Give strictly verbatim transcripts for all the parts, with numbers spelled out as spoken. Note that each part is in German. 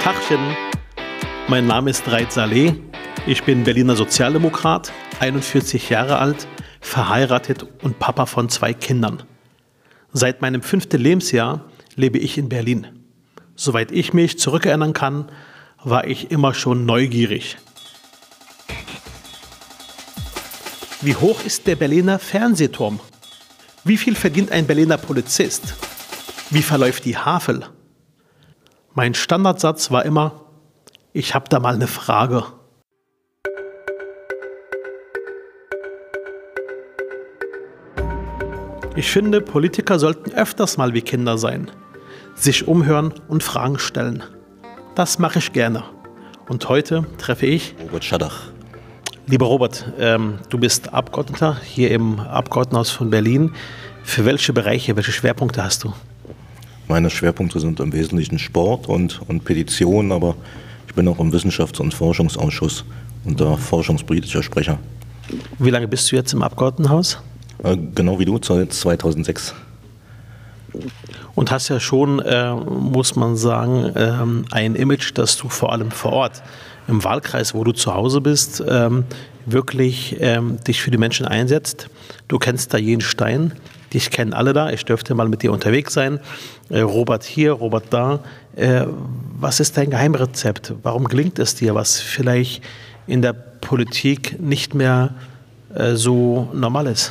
Tachchen, mein Name ist Reit Saleh, ich bin Berliner Sozialdemokrat, einundvierzig Jahre alt, verheiratet und Papa von zwei Kindern. Seit meinem fünften Lebensjahr lebe ich in Berlin. Soweit ich mich zurückerinnern kann, war ich immer schon neugierig. Wie hoch ist der Berliner Fernsehturm? Wie viel verdient ein Berliner Polizist? Wie verläuft die Havel? Mein Standardsatz war immer: Ich habe da mal eine Frage. Ich finde, Politiker sollten öfters mal wie Kinder sein, sich umhören und Fragen stellen. Das mache ich gerne. Und heute treffe ich Robert Schaddach. Lieber Robert, ähm, du bist Abgeordneter hier im Abgeordnetenhaus von Berlin. Für welche Bereiche, welche Schwerpunkte hast du? Meine Schwerpunkte sind im Wesentlichen Sport und, und Petitionen, aber ich bin auch im Wissenschafts- und Forschungsausschuss und da forschungspolitischer Sprecher. Wie lange bist du jetzt im Abgeordnetenhaus? Äh, genau wie du, seit zweitausendsechs. Und hast ja schon, äh, muss man sagen, ähm, ein Image, dass du vor allem vor Ort im Wahlkreis, wo du zu Hause bist, ähm, wirklich ähm, dich für die Menschen einsetzt. Du kennst da jeden Stein, dich kennen alle da. Ich dürfte mal mit dir unterwegs sein. Äh, Robert hier, Robert da. Äh, was ist dein Geheimrezept? Warum gelingt es dir, was vielleicht in der Politik nicht mehr äh, so normal ist?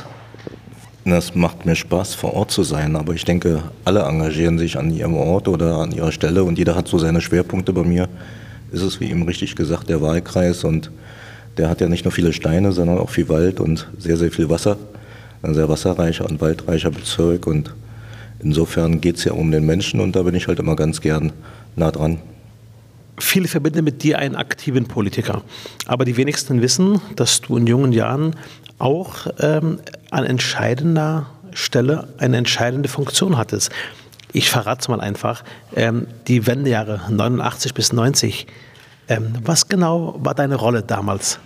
Es macht mir Spaß, vor Ort zu sein, aber ich denke, alle engagieren sich an ihrem Ort oder an ihrer Stelle und jeder hat so seine Schwerpunkte. Bei mir ist es, wie eben richtig gesagt, der Wahlkreis und der hat ja nicht nur viele Steine, sondern auch viel Wald und sehr, sehr viel Wasser. Ein sehr wasserreicher und waldreicher Bezirk und insofern geht es ja um den Menschen und da bin ich halt immer ganz gern nah dran. Viele verbinden mit dir einen aktiven Politiker, aber die wenigsten wissen, dass du in jungen Jahren auch ähm, an entscheidender Stelle eine entscheidende Funktion hattest. Ich verrate es mal einfach, ähm, die Wendejahre neunundachtzig bis neunzig, ähm, was genau war deine Rolle damals?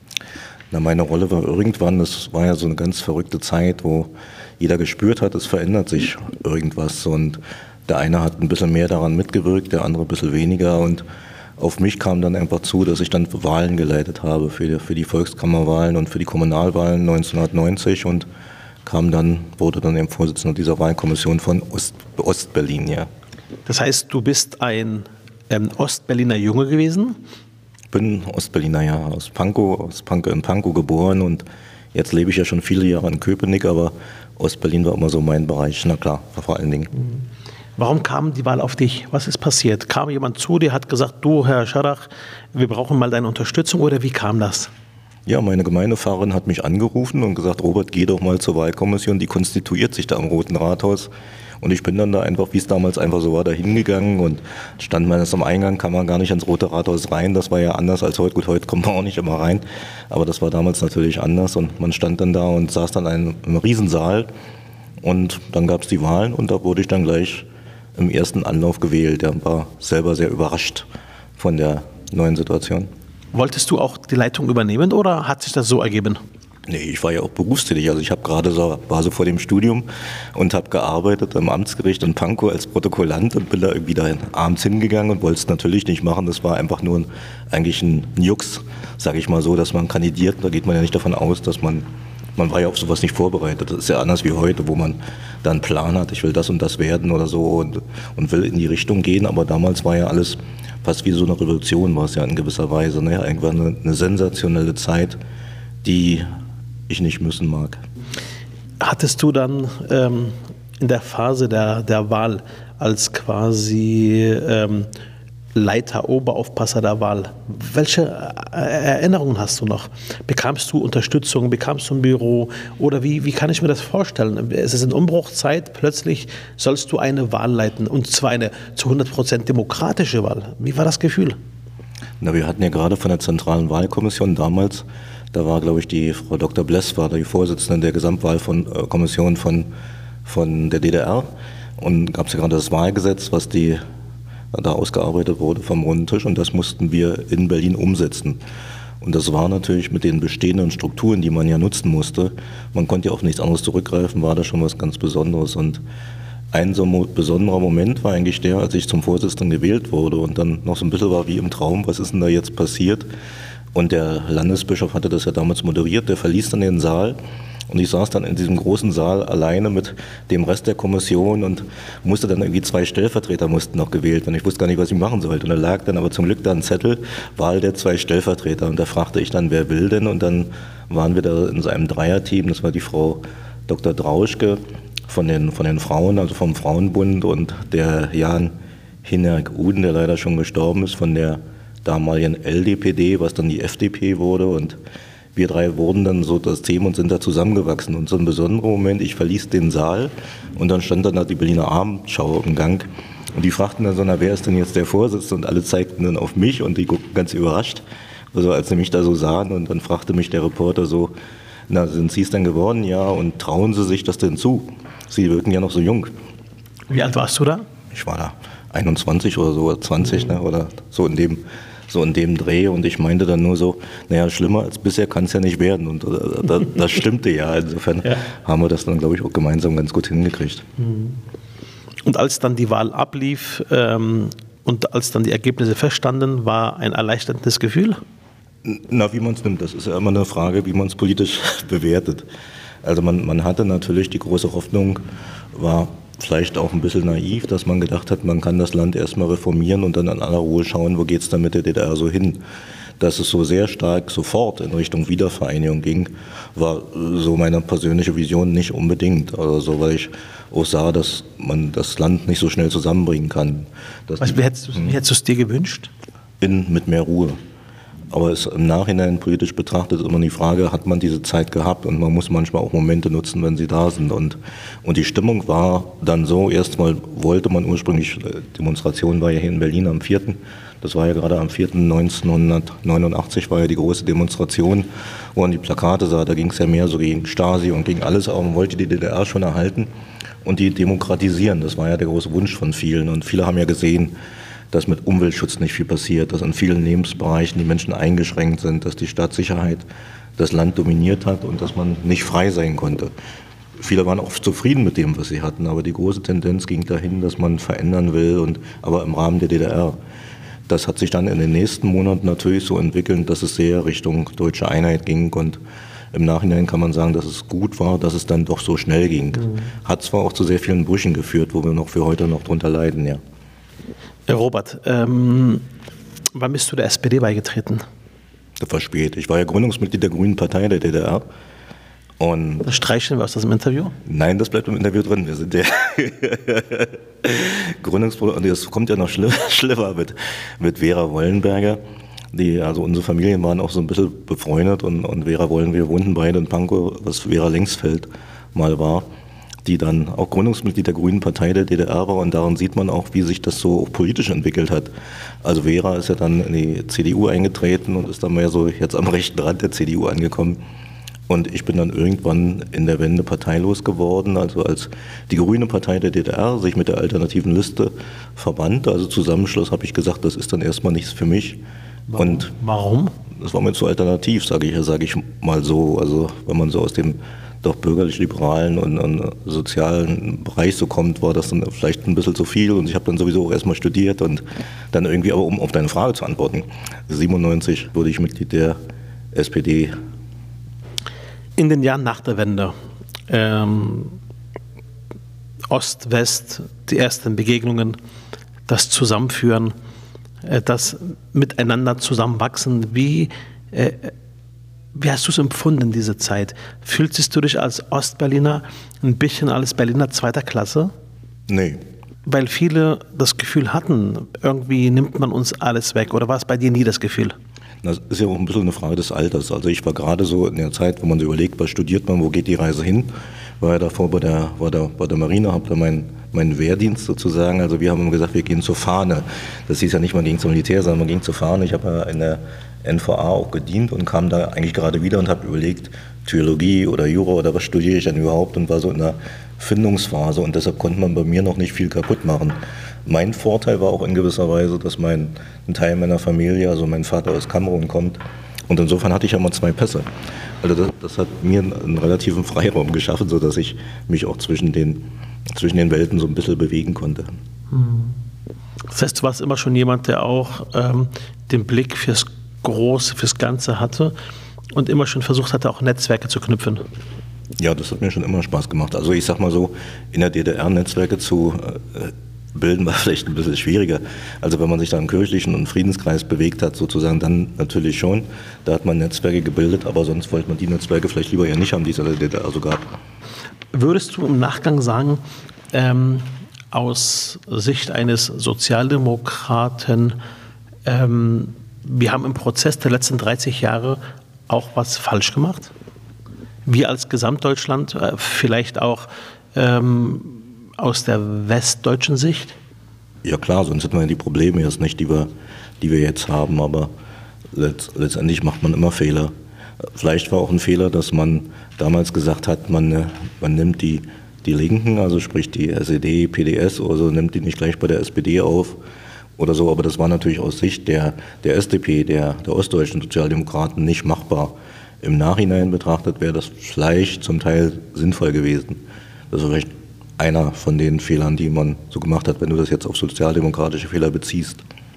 Na, meine Rolle war irgendwann, das war ja so eine ganz verrückte Zeit, wo jeder gespürt hat, es verändert sich irgendwas und der eine hat ein bisschen mehr daran mitgewirkt, der andere ein bisschen weniger und auf mich kam dann einfach zu, dass ich dann Wahlen geleitet habe für die, für die Volkskammerwahlen und für die Kommunalwahlen neunzehnhundertneunzig und kam dann, wurde dann eben Vorsitzender dieser Wahlkommission von Ost, Ostberlin, ja. Das heißt, du bist ein ähm, Ostberliner Junge gewesen? Ich bin Ostberliner, ja, aus Pankow, aus Pankow in Pankow geboren und jetzt lebe ich ja schon viele Jahre in Köpenick, aber Ostberlin war immer so mein Bereich, na klar, vor allen Dingen. Warum kam die Wahl auf dich? Was ist passiert? Kam jemand zu dir, hat gesagt, du, Herr Schaddach, wir brauchen mal deine Unterstützung oder wie kam das? Ja, meine Gemeindefahrerin hat mich angerufen und gesagt, Robert, geh doch mal zur Wahlkommission, die konstituiert sich da am Roten Rathaus. Und ich bin dann da einfach, wie es damals einfach so war, da hingegangen und stand man erst am Eingang, kann man gar nicht ins Rote Rathaus rein. Das war ja anders als heute. Gut, heute kommt man auch nicht immer rein, aber das war damals natürlich anders und man stand dann da und saß dann in einem, einem Riesensaal und dann gab es die Wahlen und da wurde ich dann gleich im ersten Anlauf gewählt. Der war selber sehr überrascht von der neuen Situation. Wolltest du auch die Leitung übernehmen oder hat sich das so ergeben? Nee, ich war ja auch berufstätig. Also ich habe gerade so, war so vor dem Studium und habe gearbeitet im Amtsgericht in Pankow als Protokollant und bin da irgendwie da abends hingegangen und wollte es natürlich nicht machen. Das war einfach nur ein, eigentlich ein Jux, sage ich mal so, dass man kandidiert. Da geht man ja nicht davon aus, dass man, man war ja auf sowas nicht vorbereitet. Das ist ja anders wie heute, wo man da einen Plan hat, ich will das und das werden oder so und, und will in die Richtung gehen. Aber damals war ja alles fast wie so eine Revolution, war es ja in gewisser Weise. Ne? Irgendwann eine, eine sensationelle Zeit, die ich nicht missen mag. Hattest du dann ähm, in der Phase der, der Wahl als quasi ähm, Leiter, Oberaufpasser der Wahl, welche Erinnerungen hast du noch? Bekamst du Unterstützung, bekamst du ein Büro oder wie, wie kann ich mir das vorstellen? Es ist eine Umbruchzeit, plötzlich sollst du eine Wahl leiten und zwar eine zu hundert Prozent demokratische Wahl. Wie war das Gefühl? Na, wir hatten ja gerade von der Zentralen Wahlkommission damals, da war, glaube ich, die Frau Doktor Bless, war da die Vorsitzende der Gesamtwahlkommission von, von der D D R. Und gab es ja gerade das Wahlgesetz, was die, da ausgearbeitet wurde vom Runden Tisch. Und das mussten wir in Berlin umsetzen. Und das war natürlich mit den bestehenden Strukturen, die man ja nutzen musste. Man konnte ja auf nichts anderes zurückgreifen, war das schon was ganz Besonderes. Und ein so mo- besonderer Moment war eigentlich der, als ich zum Vorsitzenden gewählt wurde und dann noch so ein bisschen war wie im Traum, was ist denn da jetzt passiert? Und der Landesbischof hatte das ja damals moderiert, der verließ dann den Saal und ich saß dann in diesem großen Saal alleine mit dem Rest der Kommission und musste dann irgendwie zwei Stellvertreter mussten noch gewählt werden. Ich wusste gar nicht, was ich machen sollte. Und da lag dann aber zum Glück da ein Zettel, Wahl der zwei Stellvertreter. Und da fragte ich dann, wer will denn? Und dann waren wir da in so einem Dreierteam, das war die Frau Doktor Drauschke von den, von den Frauen, also vom Frauenbund und der Jan Hinnerk-Uden, der leider schon gestorben ist, von der damaligen L D P D, was dann die F D P wurde und wir drei wurden dann so das Team und sind da zusammengewachsen. Und so ein besonderer Moment, ich verließ den Saal und dann stand dann da die Berliner Abendschau im Gang und die fragten dann so, na, wer ist denn jetzt der Vorsitzende? Und alle zeigten dann auf mich und die guckten ganz überrascht, also als sie mich da so sahen und dann fragte mich der Reporter so, na, sind Sie es denn geworden? Ja, und trauen Sie sich das denn zu? Sie wirken ja noch so jung. Wie alt warst du da? Ich war da einundzwanzig oder so, zwanzig, mhm. ne, oder so in dem so in dem Dreh und ich meinte dann nur so, naja, schlimmer als bisher kann es ja nicht werden und das, das stimmte ja, insofern ja. haben wir das dann, glaube ich, auch gemeinsam ganz gut hingekriegt. Und als dann die Wahl ablief ähm, und als dann die Ergebnisse feststanden, war ein erleichterndes Gefühl? Na, wie man es nimmt, das ist ja immer eine Frage, wie man es politisch bewertet. Also man, man hatte natürlich die große Hoffnung, war vielleicht auch ein bisschen naiv, dass man gedacht hat, man kann das Land erstmal reformieren und dann in aller Ruhe schauen, wo geht es dann mit der D D R so hin. Dass es so sehr stark sofort in Richtung Wiedervereinigung ging, war so meine persönliche Vision nicht unbedingt. Also weil ich auch sah, dass man das Land nicht so schnell zusammenbringen kann. Was, wie hättest du es dir gewünscht? In, mit mehr Ruhe. Aber es im Nachhinein politisch betrachtet ist immer die Frage, hat man diese Zeit gehabt? Und man muss manchmal auch Momente nutzen, wenn sie da sind. Und, und die Stimmung war dann so, erstmal wollte man ursprünglich, Demonstration war ja hier in Berlin am vierten Das war ja gerade am vierten neunzehnhundertneunundachtzig war ja die große Demonstration, wo man die Plakate sah, da ging es ja mehr so gegen Stasi und gegen alles, aber man wollte die D D R schon erhalten und die demokratisieren. Das war ja der große Wunsch von vielen. Und viele haben ja gesehen, dass mit Umweltschutz nicht viel passiert, dass in vielen Lebensbereichen die Menschen eingeschränkt sind, dass die Staatssicherheit das Land dominiert hat und dass man nicht frei sein konnte. Viele waren auch zufrieden mit dem, was sie hatten, aber die große Tendenz ging dahin, dass man verändern will, und, aber im Rahmen der D D R. Das hat sich dann in den nächsten Monaten natürlich so entwickelt, dass es sehr Richtung deutsche Einheit ging, und im Nachhinein kann man sagen, dass es gut war, dass es dann doch so schnell ging. Mhm. Hat zwar auch zu sehr vielen Brüchen geführt, wo wir noch für heute noch drunter leiden, ja. Robert, ähm, wann bist du der S P D beigetreten? Das war spät. Ich war ja Gründungsmitglied der Grünen Partei der D D R. Und das streichen wir aus diesem Interview? Nein, das bleibt im Interview drin. Wir sind der Gründungsbruder, und das kommt ja noch schlimmer mit, mit Vera Wollenberger. Die, also unsere Familien waren auch so ein bisschen befreundet, und, und Vera Wollen, wir wohnten beide in Pankow, was Vera Lengsfeld mal war, die dann auch Gründungsmitglied der Grünen Partei der D D R war, und daran sieht man auch, wie sich das so politisch entwickelt hat. Also Vera ist ja dann in die C D U eingetreten und ist dann mehr so jetzt am rechten Rand der C D U angekommen. Und ich bin dann irgendwann in der Wende parteilos geworden, also als die Grüne Partei der D D R sich mit der alternativen Liste verband, also Zusammenschluss, habe ich gesagt, das ist dann erstmal nichts für mich. Warum? Und Warum? Das war mir zu alternativ, sage ich, sag ich mal so. Also wenn man so aus dem doch bürgerlich-liberalen und, und sozialen Bereich so kommt, war das dann vielleicht ein bisschen zu viel, und ich habe dann sowieso auch erstmal studiert und dann irgendwie, aber um auf deine Frage zu antworten, siebenundneunzig wurde ich Mitglied der S P D. In den Jahren nach der Wende, ähm, Ost, West, die ersten Begegnungen, das Zusammenführen, äh, das Miteinander zusammenwachsen, wie äh, Wie hast du es empfunden, diese Zeit? Fühlst du dich als Ostberliner ein bisschen als Berliner zweiter Klasse? Nee. Weil viele das Gefühl hatten, irgendwie nimmt man uns alles weg. Oder war es bei dir nie das Gefühl? Das ist ja auch ein bisschen eine Frage des Alters. Also ich war gerade so in der Zeit, wo man so überlegt, was studiert man, wo geht die Reise hin. War ja davor bei der, bei der, bei der Marine, habe da meinen meinen Wehrdienst sozusagen. Also wir haben immer gesagt, wir gehen zur Fahne. Das hieß ja nicht, man ging zum Militär, sondern man ging zur Fahne. Ich habe ja in der N V A auch gedient und kam da eigentlich gerade wieder und habe überlegt, Theologie oder Jura oder was studiere ich denn überhaupt, und war so in der Findungsphase, und deshalb konnte man bei mir noch nicht viel kaputt machen. Mein Vorteil war auch in gewisser Weise, dass mein, ein Teil meiner Familie, also mein Vater aus Kamerun kommt, und insofern hatte ich ja mal zwei Pässe. Also das, das hat mir einen relativen Freiraum geschaffen, sodass ich mich auch zwischen den zwischen den Welten so ein bisschen bewegen konnte. Das heißt, du warst immer schon jemand, der auch ähm, den Blick fürs Große, fürs Ganze hatte und immer schon versucht hatte, auch Netzwerke zu knüpfen. Ja, das hat mir schon immer Spaß gemacht. Also ich sag mal so, in der D D R Netzwerke zu äh, bilden war vielleicht ein bisschen schwieriger. Also wenn man sich da im kirchlichen und Friedenskreis bewegt hat, sozusagen, dann natürlich schon. Da hat man Netzwerke gebildet, aber sonst wollte man die Netzwerke vielleicht lieber eher nicht haben, die es in der D D R so gab. Würdest du im Nachgang sagen, ähm, aus Sicht eines Sozialdemokraten, ähm, wir haben im Prozess der letzten dreißig Jahre auch was falsch gemacht? Wir als Gesamtdeutschland, äh, vielleicht auch ähm, aus der westdeutschen Sicht? Ja klar, sonst hätten wir ja die Probleme jetzt nicht, die wir, die wir jetzt haben, aber letzt, letztendlich macht man immer Fehler. Vielleicht war auch ein Fehler, dass man damals gesagt hat, man, man nimmt die, die Linken, also sprich die S E D, P D S oder so, nimmt die nicht gleich bei der S P D auf oder so, aber das war natürlich aus Sicht der, der S D P, der, der ostdeutschen Sozialdemokraten nicht machbar. Im Nachhinein betrachtet wäre das vielleicht zum Teil sinnvoll gewesen. Das ist vielleicht einer von den Fehlern, die man so gemacht hat, wenn du das jetzt auf sozialdemokratische Fehler beziehst.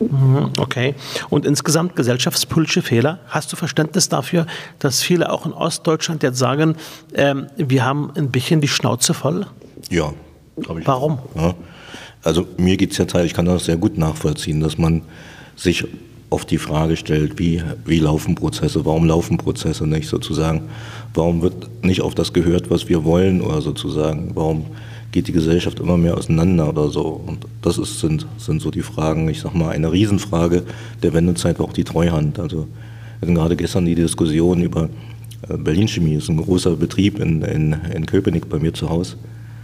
Okay. Und insgesamt gesellschaftspolitische Fehler? Hast du Verständnis dafür, dass viele auch in Ostdeutschland jetzt sagen, ähm, wir haben ein bisschen die Schnauze voll? Ja. Hab ich. Warum? Ja. Also mir geht es ja teil, ich kann das sehr gut nachvollziehen, dass man sich oft die Frage stellt, wie, wie laufen Prozesse, warum laufen Prozesse nicht sozusagen, warum wird nicht auf das gehört, was wir wollen oder sozusagen, warum geht die Gesellschaft immer mehr auseinander oder so. Und das ist, sind, sind so die Fragen, ich sag mal, eine Riesenfrage der Wendezeit war auch die Treuhand. Also wir hatten gerade gestern die Diskussion über Berlin Chemie, das ist ein großer Betrieb in, in, in Köpenick bei mir zu Hause.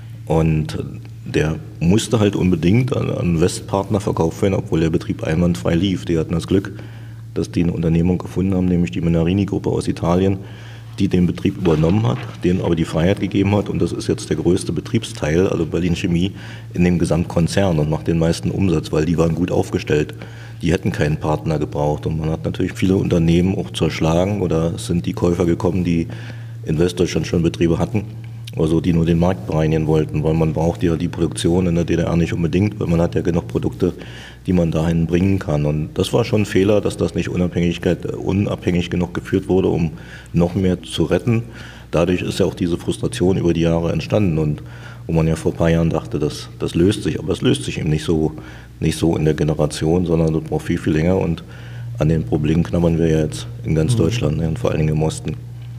Und der musste halt unbedingt an einen Westpartner verkauft werden, obwohl der Betrieb einwandfrei lief. Die hatten das Glück, dass die eine Unternehmung gefunden haben, nämlich die Menarini-Gruppe aus Italien, die den Betrieb übernommen hat, denen aber die Freiheit gegeben hat. Und das ist jetzt der größte Betriebsteil, also Berlin Chemie, in dem Gesamtkonzern und macht den meisten Umsatz, weil die waren gut aufgestellt. Die hätten keinen Partner gebraucht. Und man hat natürlich viele Unternehmen auch zerschlagen oder es sind die Käufer gekommen, die in Westdeutschland schon Betriebe hatten. Also die nur den Markt bereinigen wollten, weil man braucht ja die Produktion in der D D R nicht unbedingt, weil man hat ja genug Produkte, die man dahin bringen kann. Und das war schon ein Fehler, dass das nicht Unabhängigkeit, unabhängig genug geführt wurde, um noch mehr zu retten. Dadurch ist ja auch diese Frustration über die Jahre entstanden und wo man ja vor ein paar Jahren dachte, das, das löst sich, aber es löst sich eben nicht so, nicht so in der Generation, sondern das braucht viel, viel länger und an den Problemen knabbern wir ja jetzt in ganz Deutschland, ne, und vor allen Dingen im Osten.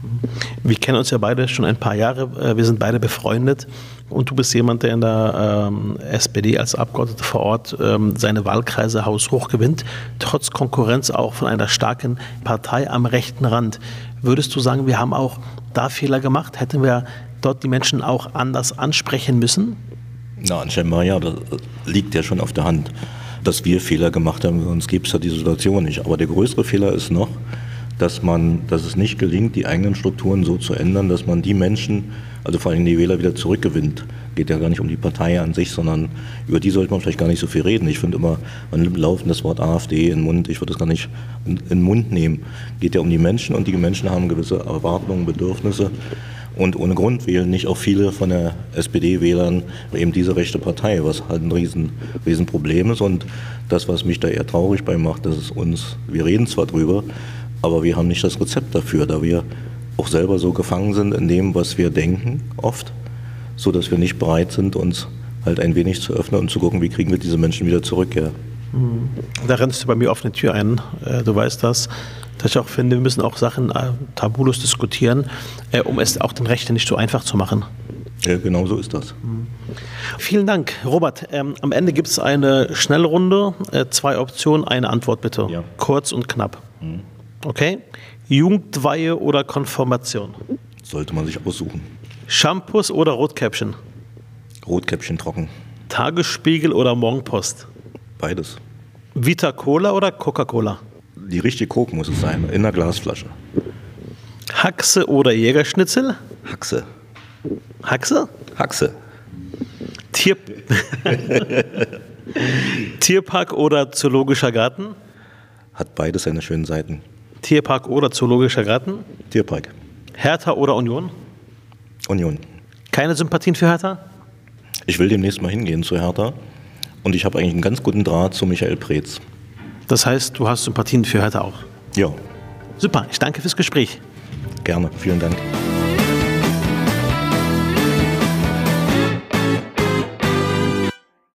Wir kennen uns ja beide schon ein paar Jahre, wir sind beide befreundet und du bist jemand, der in der ähm, S P D als Abgeordneter vor Ort ähm, seine Wahlkreise haushoch gewinnt, trotz Konkurrenz auch von einer starken Partei am rechten Rand. Würdest du sagen, wir haben auch da Fehler gemacht? Hätten wir dort die Menschen auch anders ansprechen müssen? Na, anscheinend ja, das liegt ja schon auf der Hand, dass wir Fehler gemacht haben, sonst gäbe es ja die Situation nicht. Aber der größere Fehler ist noch, dass man, dass es nicht gelingt, die eigenen Strukturen so zu ändern, dass man die Menschen, also vor allem die Wähler, wieder zurückgewinnt. Geht ja gar nicht um die Partei an sich, sondern über die sollte man vielleicht gar nicht so viel reden. Ich finde immer, man laufen das Wort AfD in den Mund, ich würde das gar nicht in den Mund nehmen. Geht ja um die Menschen und die Menschen haben gewisse Erwartungen, Bedürfnisse und ohne Grund wählen nicht auch viele von der S P D-Wählern eben diese rechte Partei, was halt ein riesen, riesen Problem ist. Und das, was mich da eher traurig bei macht, dass es uns, wir reden zwar drüber, aber wir haben nicht das Rezept dafür, da wir auch selber so gefangen sind in dem, was wir denken, oft, so dass wir nicht bereit sind, uns halt ein wenig zu öffnen und zu gucken, wie kriegen wir diese Menschen wieder zurück. Ja. Da rennst du bei mir offene Tür ein. Du weißt das, dass ich auch finde, wir müssen auch Sachen tabulos diskutieren, um es auch den Rechten nicht so einfach zu machen. Ja, genau so ist das. Vielen Dank, Robert. Ähm, am Ende gibt es eine Schnellrunde, äh, zwei Optionen, eine Antwort bitte. Ja. Kurz und knapp. Mhm. Okay? Jugendweihe oder Konfirmation? Sollte man sich aussuchen. Shampoos oder Rotkäppchen? Rotkäppchen trocken. Tagesspiegel oder Morgenpost? Beides. Vita Cola oder Coca-Cola? Die richtige Coke muss es sein, in einer Glasflasche. Haxe oder Jägerschnitzel? Haxe. Haxe? Haxe. Tier Tierpark oder Zoologischer Garten? Hat beides seine schönen Seiten. Tierpark oder Zoologischer Garten? Tierpark. Hertha oder Union? Union. Keine Sympathien für Hertha? Ich will demnächst mal hingehen zu Hertha und ich habe eigentlich einen ganz guten Draht zu Michael Preetz. Das heißt, du hast Sympathien für Hertha auch? Ja. Super, ich danke fürs Gespräch. Gerne, vielen Dank.